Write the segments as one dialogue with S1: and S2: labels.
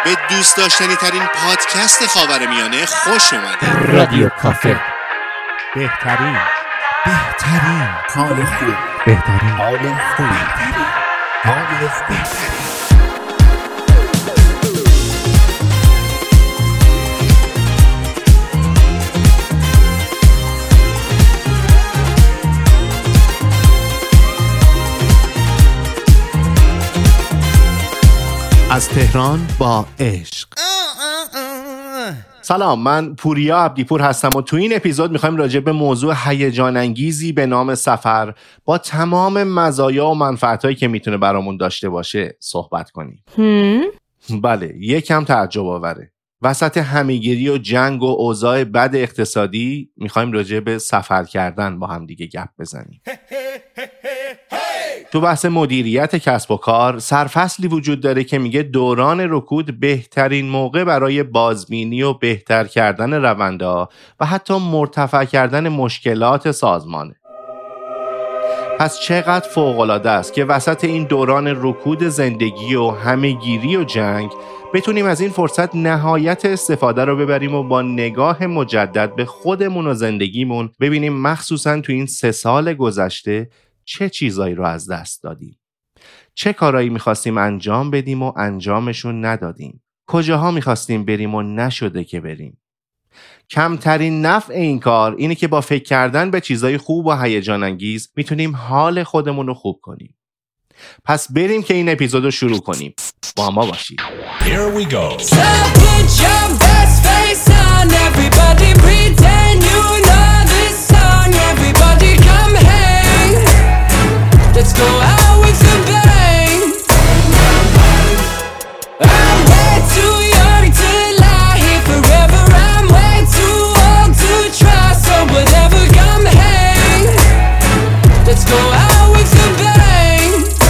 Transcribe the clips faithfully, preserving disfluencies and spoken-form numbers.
S1: به دوست داشتنی ترین پادکست خاورمیانه خوش اومدید.
S2: رادیو کافه.
S3: بهترین
S2: بهترین
S3: حال خوب،
S2: بهترین
S3: حال خوب، حال خوب. از تهران با عشق. سلام، من پوریا عبدیپور هستم و تو این اپیزود میخوایم راجع به موضوع هیجان انگیزی به نام سفر با تمام مزایا و منفعتایی که میتونه برامون داشته باشه صحبت کنیم. بله، یکم تعجب آوره. وسط همه‌گیری و جنگ و اوضاع بد اقتصادی میخوایم راجع به سفر کردن با هم دیگه گپ بزنیم. تو بحث مدیریت کسب و کار سرفصلی وجود داره که میگه دوران رکود بهترین موقع برای بازبینی و بهتر کردن روندها و حتی مرتفع کردن مشکلات سازمانه. پس چقدر فوق‌العاده است که وسط این دوران رکود زندگی و همه‌گیری و جنگ بتونیم از این فرصت نهایت استفاده رو ببریم و با نگاه مجدد به خودمون و زندگیمون ببینیم مخصوصاً تو این سه سال گذشته چه چیزایی رو از دست دادیم، چه کارایی میخواستیم انجام بدیم و انجامشون ندادیم، کجاها میخواستیم بریم و نشده که بریم. کمترین نفع این کار اینه که با فکر کردن به چیزای خوب و هیجان انگیز میتونیم حال خودمون رو خوب کنیم. پس بریم که این اپیزودو شروع کنیم. با ما باشید.
S4: Here we go.
S5: So put your best face on, everybody pretend you know this song. Everybody come hang, let's go out with a bang. I'm way too young to lie here forever. I'm way too old to try, so whatever, come hang, let's go out with a bang.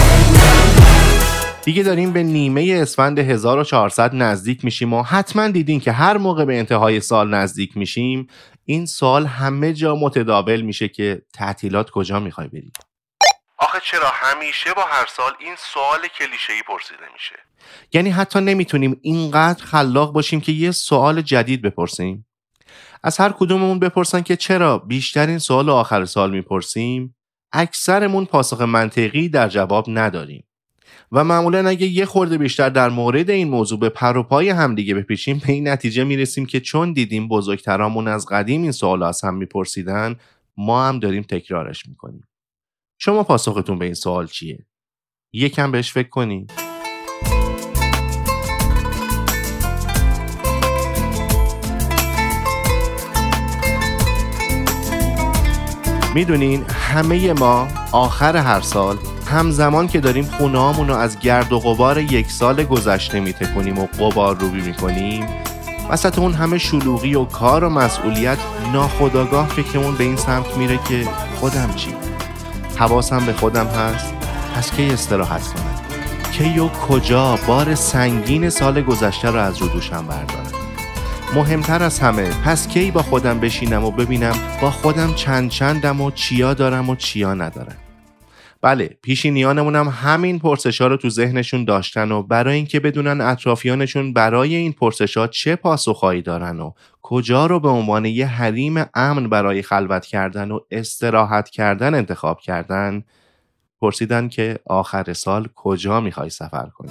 S3: دیگه داریم به نیمه اسفند هزار و چهارصد نزدیک میشیم و حتما دیدین که هر موقع به انتهای سال نزدیک میشیم این سوال همه جا متداول میشه که تعطیلات کجا میخوای بری؟ آخه چرا همیشه با هر سال این سوال کلیشه‌ای پرسیده میشه؟ یعنی حتی نمیتونیم اینقدر خلاق باشیم که یه سوال جدید بپرسیم؟ از هر کدوممون بپرسن که چرا بیشتر این سوال آخر سال میپرسیم؟ اکثرمون پاسخ منطقی در جواب نداریم. و معمولا اگه یه خورده بیشتر در مورد این موضوع به پر و پای همدیگه بپیچیم به این نتیجه میرسیم که چون دیدیم بزرگترامون از قدیم این سوال از هم میپرسیدن، ما هم داریم تکرارش میکنیم. شما پاسختون به این سوال چیه؟ یکم بهش فکر کنید. میدونین همه ما آخر هر سال همزمان که داریم خونه‌هامون رو از گرد و غبار یک سال گذشته میتکنیم و غبار روبی میکنیم، وسط اون همه شلوغی و کار و مسئولیت ناخودآگاه فکرمون به این سمت میره که خودم چی؟ حواسم به خودم هست؟ پس کی استراحت کنم؟ کی و کجا بار سنگین سال گذشته رو از رو دوشم بردارم؟ مهمتر از همه پس کی با خودم بشینم و ببینم با خودم چند چندم و چیا دارم و چیا ندارم. بله، پیشینیانمون هم همین پرسش‌ها رو تو ذهنشون داشتن و برای اینکه بدونن اطرافیانشون برای این پرسش‌ها چه پاسخهایی دارن و کجا رو به عنوان یه حریم امن برای خلوت کردن و استراحت کردن انتخاب کردن، پرسیدن که آخر سال کجا میخوای سفر کنی؟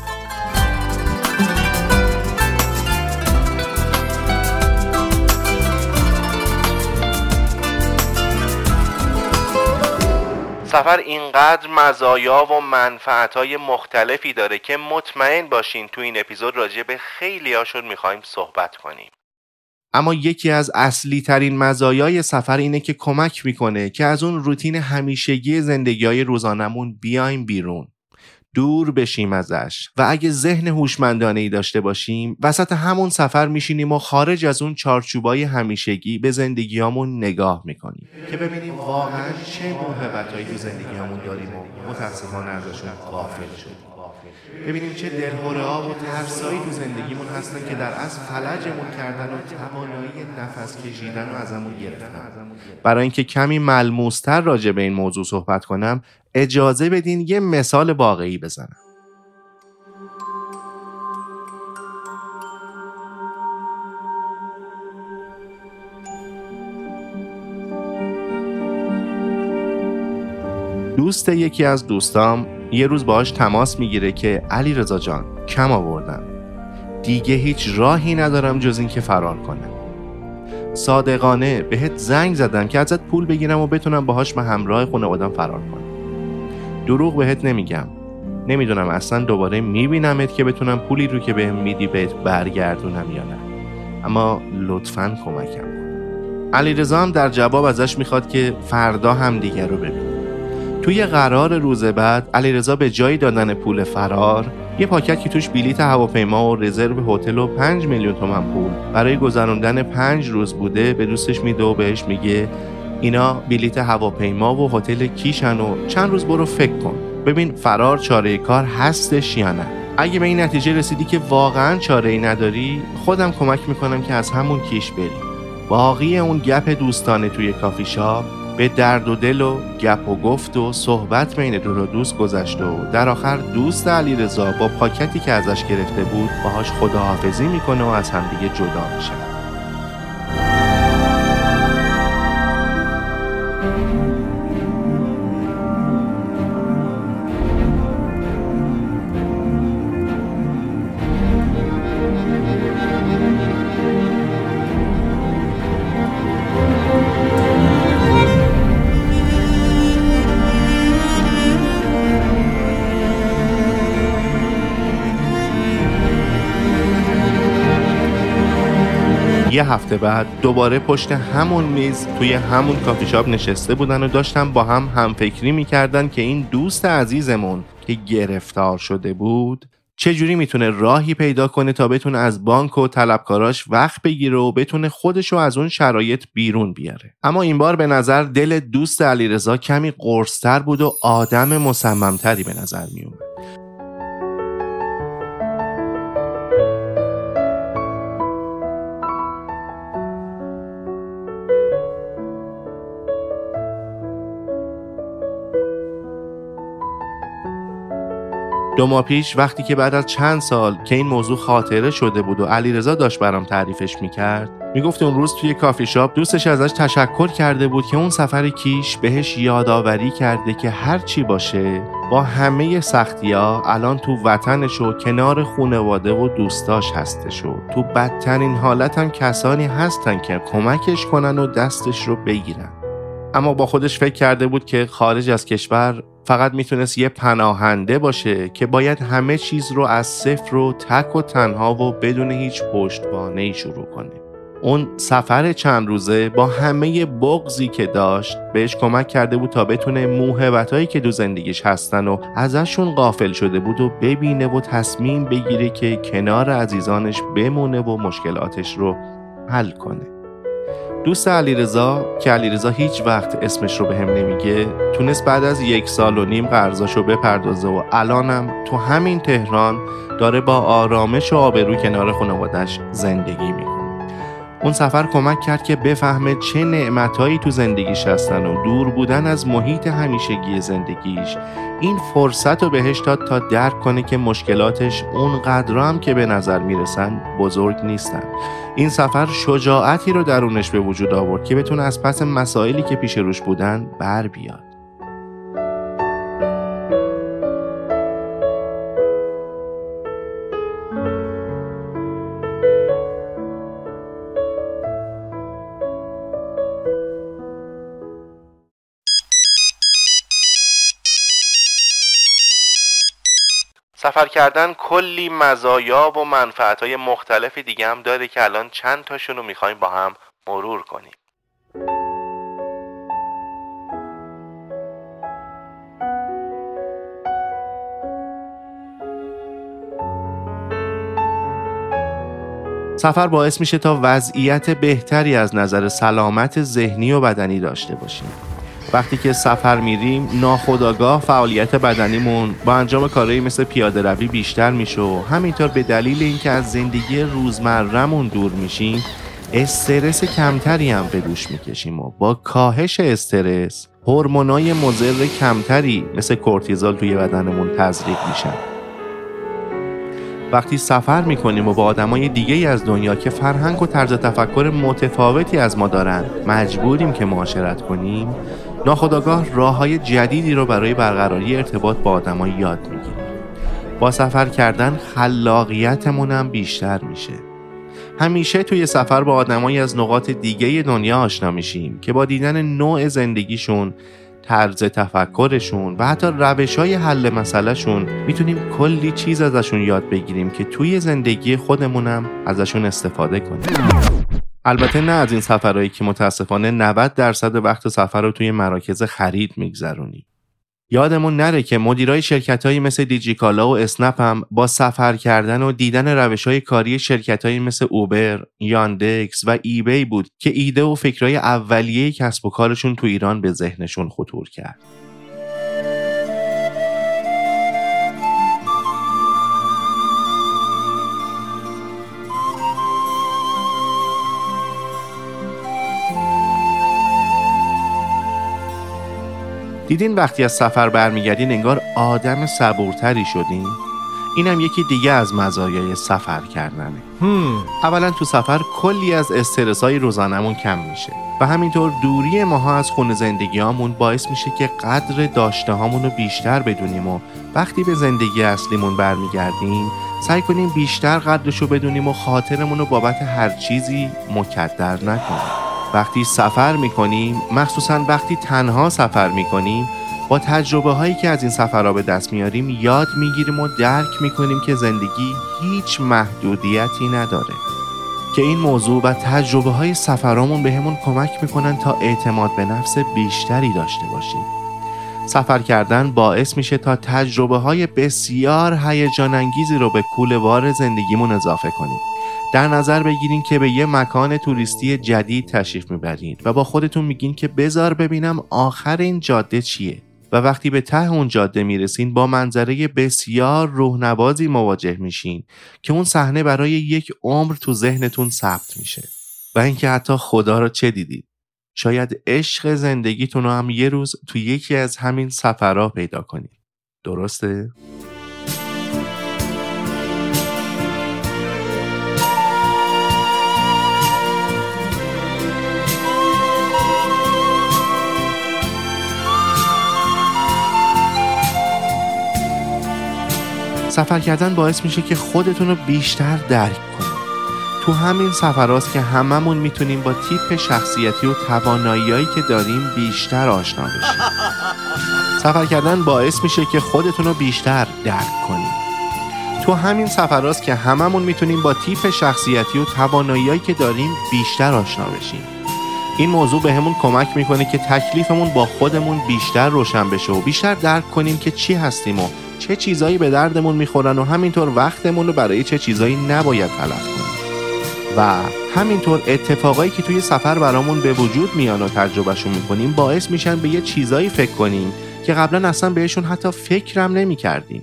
S3: سفر اینقدر مزایا و منفعت‌های مختلفی داره که مطمئن باشین تو این اپیزود راجع به خیلی هاشون میخوایم صحبت کنیم. اما یکی از اصلی ترین مزایای سفر اینه که کمک میکنه که از اون روتین همیشگی زندگی‌های روزانمون بیایم بیرون، دور بشیم ازش و اگه ذهن هوشمندانه‌ای داشته باشیم وسط همون سفر میشینیم و خارج از اون چارچوبای همیشگی به زندگیامون نگاه میکنیم که ببینیم واقعا چه موهبتایی تو زندگیامون داریم و متاسفانه ازشون غافل شدیم. ببینیم چه دلهره‌ها و ترسایی تو زندگیمون هستن که در اصل فلجمون کردن و توانایی نفس کشیدن رو ازمون گرفتن. برای اینکه کمی ملموس‌تر راجع به این موضوع صحبت کنم اجازه بدین یه مثال واقعی بزنم. دوست یکی از دوستام یه روز باهاش تماس میگیره که علیرضا جان کم آوردم، دیگه هیچ راهی ندارم جز این که فرار کنم. صادقانه بهت زنگ زدم که ازت پول بگیرم و بتونم باهاش به همراه خانواده‌ام فرار کنم. دروغ بهت نمیگم، نمیدونم اصلا دوباره میبینمت که بتونم پولی رو که بهم میدی بهت برگردونم یا نه، اما لطفاً کمکم کن. علیرضا هم در جواب ازش میخواد که فردا هم دیگر رو ببینیم. توی قرار روز بعد علیرضا به جای دادن پول فرار یه پاکت که توش بلیط هواپیما و رزرو هتل و پنج میلیون تومان پول برای گذراندن پنج روز بوده به دوستش میده و بهش میگه اینا بلیط هواپیما و هتل کیشن و چند روز برو فکر کن ببین فرار چاره کار هستش یا نه. اگه به این نتیجه رسیدی که واقعا چاره‌ای نداری خودم کمک میکنم که از همون کیش بری. باقی اون گپ دوستانه توی کافی شاپ به درد و دل و گپ و گفت و صحبت بین دو دوست گذشت و در آخر دوست علیرضا با پاکتی که ازش گرفته بود باهاش خداحافظی میکنه و از همدیگه جدا میشن. یه هفته بعد دوباره پشت همون میز توی همون کافی شاپ نشسته بودن و داشتن با هم همفکری میکردن که این دوست عزیزمون که گرفتار شده بود چجوری میتونه راهی پیدا کنه تا بتونه از بانک و طلبکاراش وقت بگیره و بتونه خودشو از اون شرایط بیرون بیاره. اما این بار به نظر دل دوست علیرضا کمی قرص‌تر بود و آدم مصمم‌تری به نظر میومد. دو ماه پیش وقتی که بعد از چند سال که این موضوع خاطره شده بود و علیرضا داشت برام تعریفش میکرد میگفت اون روز توی کافی شاپ دوستش ازش تشکر کرده بود که اون سفر کیش بهش یادآوری کرده که هر چی باشه با همه سختی‌ها الان تو وطنش و کنار خانواده و دوستاش هستش و تو بدترین حالت هم کسانی هستن که کمکش کنن و دستش رو بگیرن. اما با خودش فکر کرده بود که خارج از کشور فقط میتونست یه پناهنده باشه که باید همه چیز رو از صفر و تک و تنها و بدون هیچ پشتوانه‌ای شروع کنه. اون سفر چند روزه با همه بغضی که داشت بهش کمک کرده بود تا بتونه موهبتایی که دو زندگیش هستن و ازشون غافل شده بود و ببینه و تصمیم بگیره که کنار عزیزانش بمونه و مشکلاتش رو حل کنه. دوست علیرضا که علیرضا هیچ وقت اسمش رو به هم نمیگه تونست بعد از یک سال و نیم قرضاشو بپردازه و الانم تو همین تهران داره با آرامش و آبرو کنار خانواده‌اش زندگی میکنه. اون سفر کمک کرد که بفهمه چه نعمتایی تو زندگیش هستن و دور بودن از محیط همیشگی زندگیش این فرصت رو بهش داد تا درک کنه که مشکلاتش اونقدر هم که به نظر میرسن بزرگ نیستن. این سفر شجاعتی رو درونش به وجود آورد که بتونه از پس مسائلی که پیش روش بودن بر بیاد. سفر کردن کلی مزایا و منفعت‌های مختلف دیگه هم داره که الان چند تاشون رو می‌خوایم با هم مرور کنیم. سفر باعث میشه تا وضعیت بهتری از نظر سلامت ذهنی و بدنی داشته باشیم. وقتی که سفر میریم ناخودآگاه فعالیت بدنیمون با انجام کارهایی مثل پیاده روی بیشتر میشه و همینطور به دلیل اینکه از زندگی روزمره‌مون دور میشیم استرس کمتری هم به دوش میکشیم و با کاهش استرس هورمونای مضر کمتری مثل کورتیزول توی بدنمون تزریق میشن. وقتی سفر میکنیم و با آدمای دیگه‌ای از دنیا که فرهنگ و طرز تفکر متفاوتی از ما دارن مجبوریم که معاشرت کنیم ناخودآگاه راه‌های جدیدی رو برای برقراری ارتباط با آدم‌ها یاد می‌گیریم. با سفر کردن خلاقیتمون هم بیشتر میشه. همیشه توی سفر با آدمایی از نقاط دیگه دنیا آشنا میشیم که با دیدن نوع زندگیشون، طرز تفکرشون و حتی روش‌های حل مسئله‌شون میتونیم کلی چیز ازشون یاد بگیریم که توی زندگی خودمونم ازشون استفاده کنیم. البته نه از این سفرهایی که متاسفانه نود درصد وقت سفر رو توی مراکز خرید میگذرونیم. یادمون نره که مدیرای شرکتایی مثل دیجیکالا و اسنپ هم با سفر کردن و دیدن روش‌های کاری شرکتایی مثل اوبر، یاندکس و ایبی بود که ایده و فکرای اولیه کسب و کارشون تو ایران به ذهنشون خطور کرد. دیدین وقتی از سفر برمیگردین انگار آدم صبورتری شدین؟ اینم یکی دیگه از مزایای سفر کردنه. هم. اولا تو سفر کلی از استرسای روزانمون کم میشه و همینطور دوری ماها از خونه زندگیامون باعث میشه که قدر داشته هامون رو بیشتر بدونیم و وقتی به زندگی اصلیمون برمیگردیم سعی کنیم بیشتر قدرش رو بدونیم و خاطرمون رو بابت هر چیزی مکدر نکنیم. وقتی سفر میکنیم، مخصوصا وقتی تنها سفر میکنیم، با تجربه هایی که از این سفرها به دست میاریم یاد میگیریم و درک میکنیم که زندگی هیچ محدودیتی نداره. که این موضوع و تجربه های سفرامون به همون کمک میکنن تا اعتماد به نفس بیشتری داشته باشیم. سفر کردن باعث میشه تا تجربه های بسیار هیجان انگیزی رو به کوله‌وار زندگیمون اضافه کنیم. در نظر بگیرین که به یه مکان توریستی جدید تشریف میبرید و با خودتون میگین که بذار ببینم آخر این جاده چیه و وقتی به ته اون جاده میرسین با منظره بسیار روح‌نوازی مواجه میشین که اون صحنه برای یک عمر تو ذهنتون ثبت میشه. و اینکه حتی خدا رو چه دیدید؟ شاید عشق زندگیتون رو هم یه روز تو یکی از همین سفرها پیدا کنید. درسته؟ سفر کردن باعث میشه که خودتون رو بیشتر درک کنید. تو همین سفراست که هممون میتونیم با تیپ شخصیتی و تواناییایی که داریم بیشتر آشنا بشیم. سفر کردن باعث میشه که خودتون رو بیشتر درک کنید. تو همین سفراست که هممون میتونیم با تیپ شخصیتی و تواناییایی که داریم بیشتر آشنا بشیم. این موضوع به همون کمک میکنه که تکلیفمون با خودمون بیشتر روشن بشه و بیشتر درک کنیم که چی هستیم و چه چیزایی به دردمون میخورن و همینطور وقتمون رو برای چه چیزایی نباید تلف کنیم. و همینطور اتفاقایی که توی سفر برامون به وجود میان و تجربهشون میکنیم باعث میشن به یه چیزایی فکر کنیم که قبلا اصلا بهشون حتی فکرم نمیکردیم.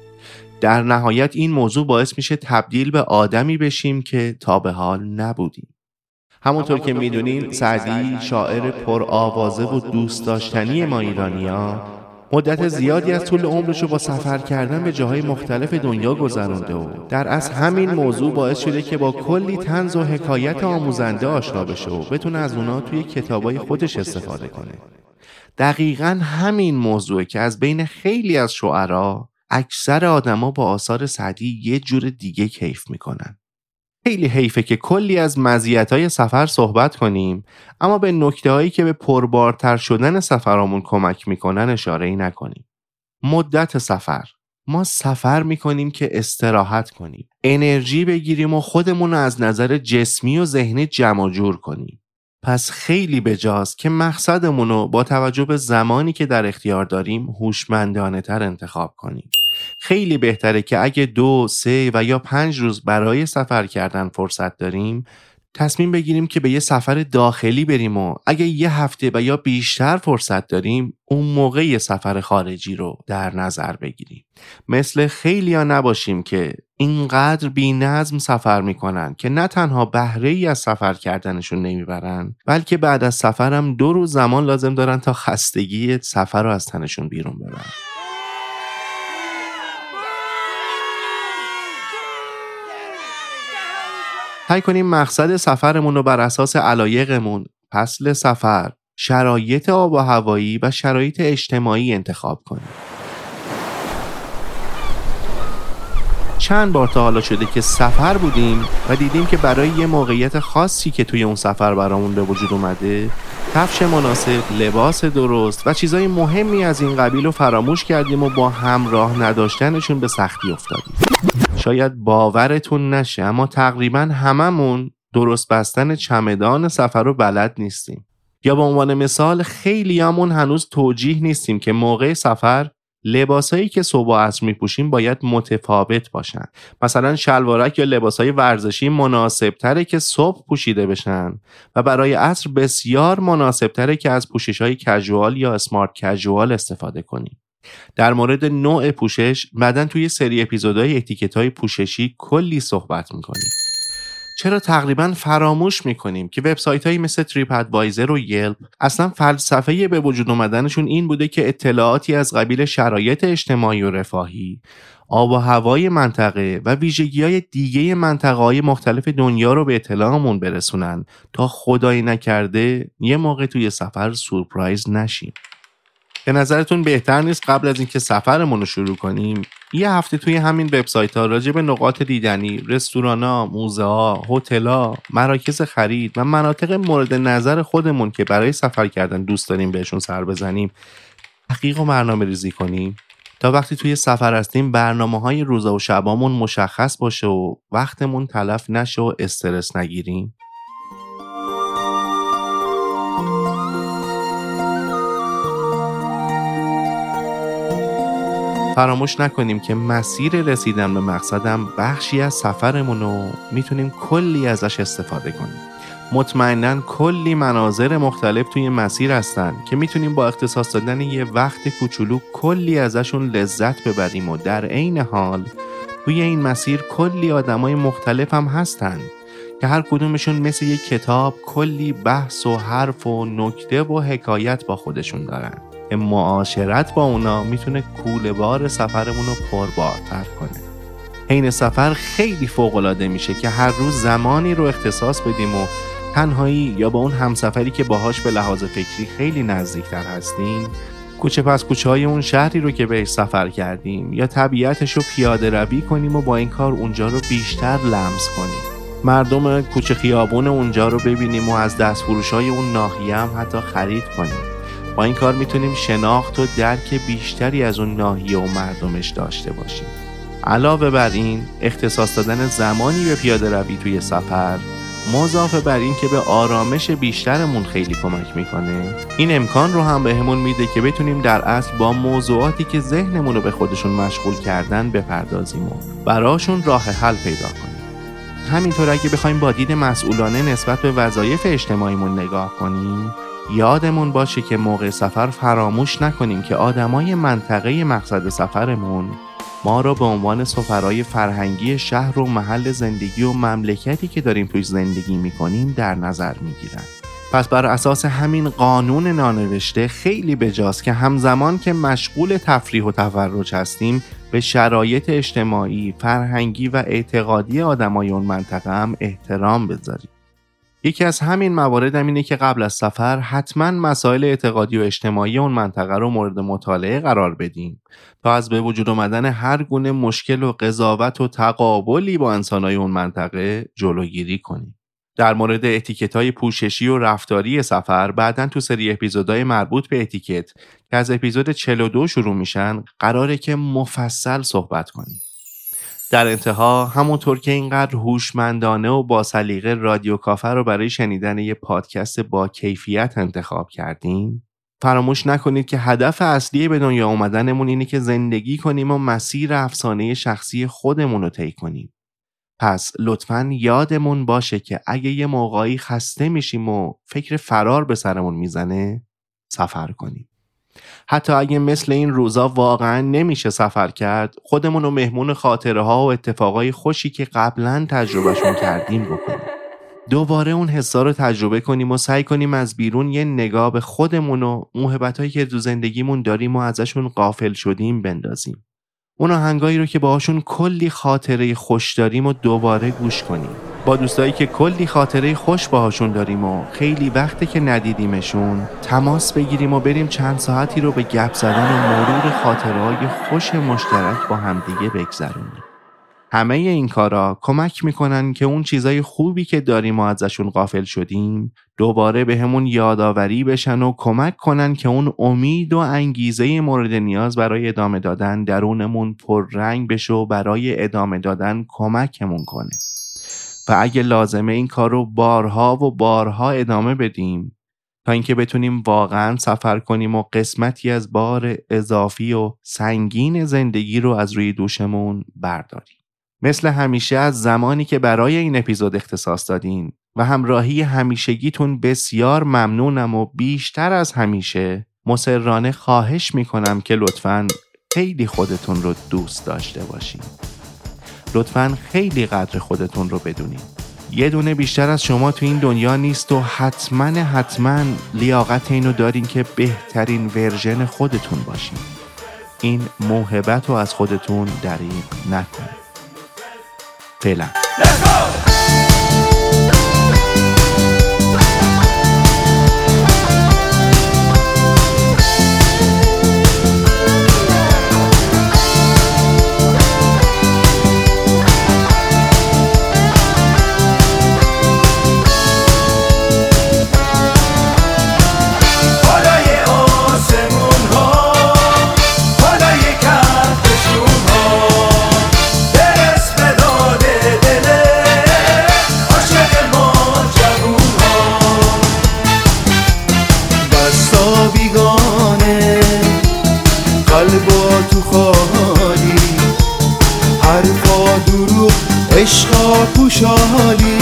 S3: در نهایت این موضوع باعث میشه تبدیل به آدمی بشیم که تا به حال نبودیم. همونطور که میدونین سعدی شاعر پرآوازه و دوست داشتنی ما ایرانی‌ها مدت زیادی از طول عمرشو با سفر کردن به جاهای مختلف دنیا گذرونده و در اصل همین موضوع باعث شده که با کلی طنز و حکایت آموزنده آشنا بشه و بتونه از اونا توی کتابای خودش استفاده کنه. دقیقاً همین موضوعه که از بین خیلی از شعرا اکثر آدما با آثار سعدی یه جور دیگه کیف میکنن. خیلی حیفه که کلی از مزیت‌های سفر صحبت کنیم اما به نکته‌هایی که به پربارتر شدن سفرامون کمک میکنن اشاره‌ای نکنیم. مدت سفر. ما سفر میکنیم که استراحت کنیم، انرژی بگیریم و خودمون از نظر جسمی و ذهنی جمع جور کنیم. پس خیلی بجاست که مقصدمون رو با توجه به زمانی که در اختیار داریم هوشمندانه تر انتخاب کنیم. خیلی بهتره که اگه دو، سه و یا پنج روز برای سفر کردن فرصت داریم تصمیم بگیریم که به یه سفر داخلی بریم و اگه یه هفته و یا بیشتر فرصت داریم اون موقع یه سفر خارجی رو در نظر بگیریم. مثل خیلی ها نباشیم که اینقدر بی نظم سفر میکنن که نه تنها بهره ای از سفر کردنشون نمیبرن بلکه بعد از سفرم دو روز زمان لازم دارن تا خستگی سفر رو از تنشون بیرون ببرن. سعی کنیم مقصد سفرمون رو بر اساس علایقمون، فصل سفر، شرایط آب و هوایی و شرایط اجتماعی انتخاب کنیم. چند بار تا حالا شده که سفر بودیم و دیدیم که برای یه موقعیت خاصی که توی اون سفر برامون به وجود اومده کفش مناسب، لباس درست و چیزای مهمی از این قبیل رو فراموش کردیم و با همراه نداشتنشون به سختی افتادیم. شاید باورتون نشه اما تقریباً هممون درست بستن چمدان سفر رو بلد نیستیم. یا به عنوان مثال خیلیامون هنوز توجیه نیستیم که موقع سفر لباسایی که صبح و عصر میپوشیم باید متفاوت باشن. مثلا شلوارک یا لباسای ورزشی مناسب تره که صبح پوشیده بشن و برای عصر بسیار مناسب تره که از پوشش‌های کژوال یا اسمارت کژوال استفاده کنیم. در مورد نوع پوشش بعداً توی سری اپیزودهای اتیکت‌های پوششی کلی صحبت میکنیم. چرا تقریباً فراموش میکنیم که وبسایت‌هایی مثل تریپ ادوایزر و یلپ اصلا فلسفه به وجود اومدنشون این بوده که اطلاعاتی از قبیل شرایط اجتماعی و رفاهی، آب و هوای منطقه و ویژگی‌های دیگه منطقه‌های مختلف دنیا رو به اطلاعمون برسونن تا خدایی نکرده یه موقع توی سفر سورپرایز نشیم. به نظرتون بهتر نیست قبل از اینکه سفرمون رو شروع کنیم یه هفته توی همین وبسایت‌ها راجع به نقاط دیدنی، رستوران‌ها، موزه‌ها، هتل‌ها، مراکز خرید و مناطق مورد نظر خودمون که برای سفر کردن دوست داریم بهشون سر بزنیم تحقیق و برنامه‌ریزی کنیم تا وقتی توی سفر هستیم برنامه‌های روزا و شبامون مشخص باشه و وقتمون تلف نشه و استرس نگیریم؟ فراموش نکنیم که مسیر رسیدن به مقصدم بخشی از سفرمونو میتونیم کلی ازش استفاده کنیم. مطمئناً کلی مناظر مختلف توی مسیر هستن که میتونیم با اختصاص دادن یه وقت کوچولو کلی ازشون لذت ببریم و در عین حال توی این مسیر کلی آدمای مختلف هم هستن که هر کدومشون مثل یک کتاب کلی بحث و حرف و نکته و حکایت با خودشون دارن. معاشرت با اونا میتونه کوله بار سفرمون رو پربارتر کنه. حین سفر خیلی فوق‌العاده میشه که هر روز زمانی رو اختصاص بدیم و تنهایی یا با اون همسفری که باهاش به لحاظ فکری خیلی نزدیکتر هستیم کوچه پس کوچه های اون شهری رو که بهش سفر کردیم یا طبیعتش رو پیاده روی کنیم و با این کار اونجا رو بیشتر لمس کنیم. مردم کوچه خیابون اونجا رو ببینیم و از دستفروشای اون ناحیه هم حتی خرید کنیم. با این کار میتونیم شناخت و درک بیشتری از اون ناحیه و مردمش داشته باشیم. علاوه بر این اختصاص دادن زمانی به پیاده روی توی سفر مضافه بر این که به آرامش بیشترمون خیلی کمک میکنه این امکان رو هم بهمون میده که بتونیم در اصل با موضوعاتی که ذهنمون رو به خودشون مشغول کردن بپردازیم و براشون راه حل پیدا کنیم. همینطور اگه بخوایم با دید مسئولانه نسبت به وظایف اجتماعیمون نگاه کنیم یادمون باشه که موقع سفر فراموش نکنیم که آدمای منطقه مقصد سفرمون ما رو به عنوان سفرای فرهنگی شهر و محل زندگی و مملکتی که داریم توی زندگی میکنیم در نظر میگیرن. پس بر اساس همین قانون نانوشته خیلی بجاست که همزمان که مشغول تفریح و تفرج هستیم به شرایط اجتماعی، فرهنگی و اعتقادی آدمای اون منطقه هم احترام بذاریم. یکی از همین موارد هم اینه که قبل از سفر حتما مسائل اعتقادی و اجتماعی اون منطقه رو مورد مطالعه قرار بدیم تا از به وجود آمدن هر گونه مشکل و قضاوت و تقابلی با انسانای اون منطقه جلوگیری کنیم. در مورد اتیکت‌های پوششی و رفتاری سفر بعداً تو سری اپیزودهای مربوط به اتیکت که از اپیزود چهل و دو شروع میشن قراره که مفصل صحبت کنیم. در انتها همونطور که اینقدر هوشمندانه و با سلیقه رادیو کافه رو برای شنیدن یه پادکست با کیفیت انتخاب کردیم فراموش نکنید که هدف اصلی به دنیا اومدنمون اینه که زندگی کنیم و مسیر افسانه شخصی خودمون رو طی کنیم. پس لطفاً یادمون باشه که اگه یه موقعی خسته میشیم و فکر فرار به سرمون میزنه سفر کنیم. حتی اگه مثل این روزا واقعا نمیشه سفر کرد خودمون رو مهمون خاطره ها و اتفاقای خوشی که قبلا تجربهشون کردیم بکنیم. دوباره اون حسا رو تجربه کنیم و سعی کنیم از بیرون یه نگاه به خودمون و موهبتایی که تو زندگیمون داریم و ازشون غافل شدیم بندازیم. اون آهنگایی رو که باهاشون کلی خاطره خوش داریم و دوباره گوش کنیم. با دوستایی که کلی خاطره خوش باهاشون داریم و خیلی وقته که ندیدیمشون تماس بگیریم و بریم چند ساعتی رو به گپ زدن و مرور خاطرهای خوش مشترک با همدیگه بگذرونیم. همه این کارا کمک میکنن که اون چیزای خوبی که داریم و ازشون غافل شدیم دوباره به همون یادآوری بشن و کمک کنن که اون امید و انگیزه مورد نیاز برای ادامه دادن درونمون پررنگ بشه و برای ادامه دادن کمکمون کنه. و اگه لازمه این کار رو بارها و بارها ادامه بدیم تا اینکه بتونیم واقعا سفر کنیم و قسمتی از بار اضافی و سنگین زندگی رو از روی دوشمون برداریم. مثل همیشه از زمانی که برای این اپیزود اختصاص دادین و همراهی همیشگیتون بسیار ممنونم و بیشتر از همیشه مصرانه خواهش میکنم که لطفاً خیلی خودتون رو دوست داشته باشین. لطفاً خیلی قدر خودتون رو بدونین. یه دونه بیشتر از شما تو این دنیا نیست و حتماً حتماً لیاقت اینو دارین که بهترین ورژن خودتون باشین. این موهبت رو از خودتون دریغ نکنید. فعلا
S4: قلبا تو خالی حرفا دروغ عشقا پوشالی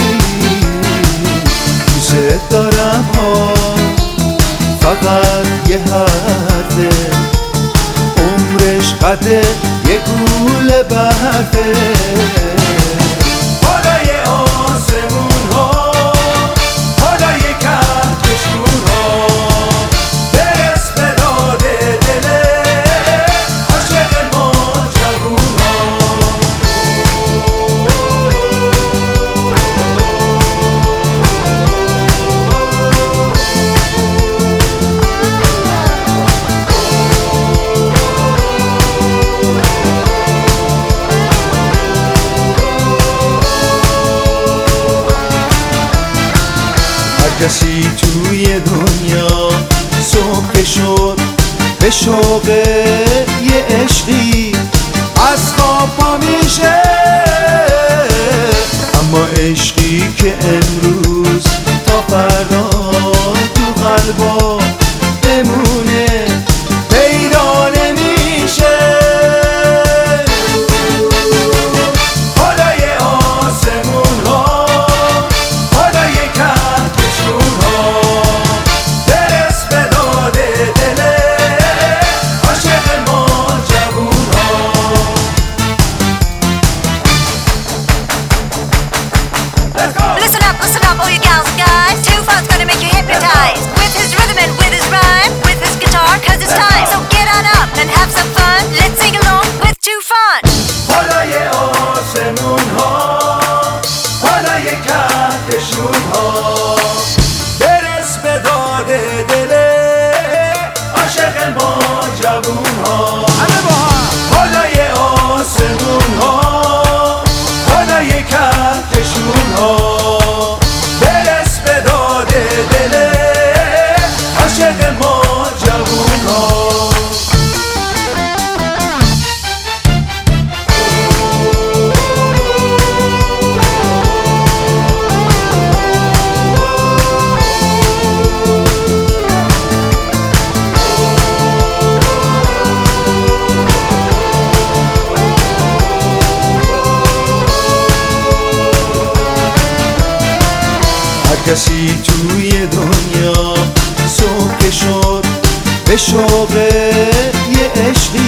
S4: دوست دارم ها فقط یه حرفه عمرش قده یه گوله برفه بالای آسمون ها بالای کهکشون ها برس به داد دل عاشق ما جوون ها کسی توی دنیا صبح شد به شوق یه عشقی از خواب پا میشه، اما عشقی که امروز تا فردا تو قلبا بمونه پیدا نمیشه. بالای آسمون ها بالای کهکشون ها برس به داد دل عاشق ما جوون ها.
S6: Listen up, listen up, all you gals and guys. Too Fun's gonna make you hypnotized with his rhythm and with his rhyme, with his guitar, cause it's time. So get on up and have some fun. Let's sing along with Too Fun.
S4: بالای آسمون ها بالای کهکشون ها برس به داد دل عاشق ما جوون ها. بالای آسمون ها بالای کهکشون ها برس به داد دل عاشق ما جوون ها. کسی توی دنیا صبح شد به شوق یه عشقی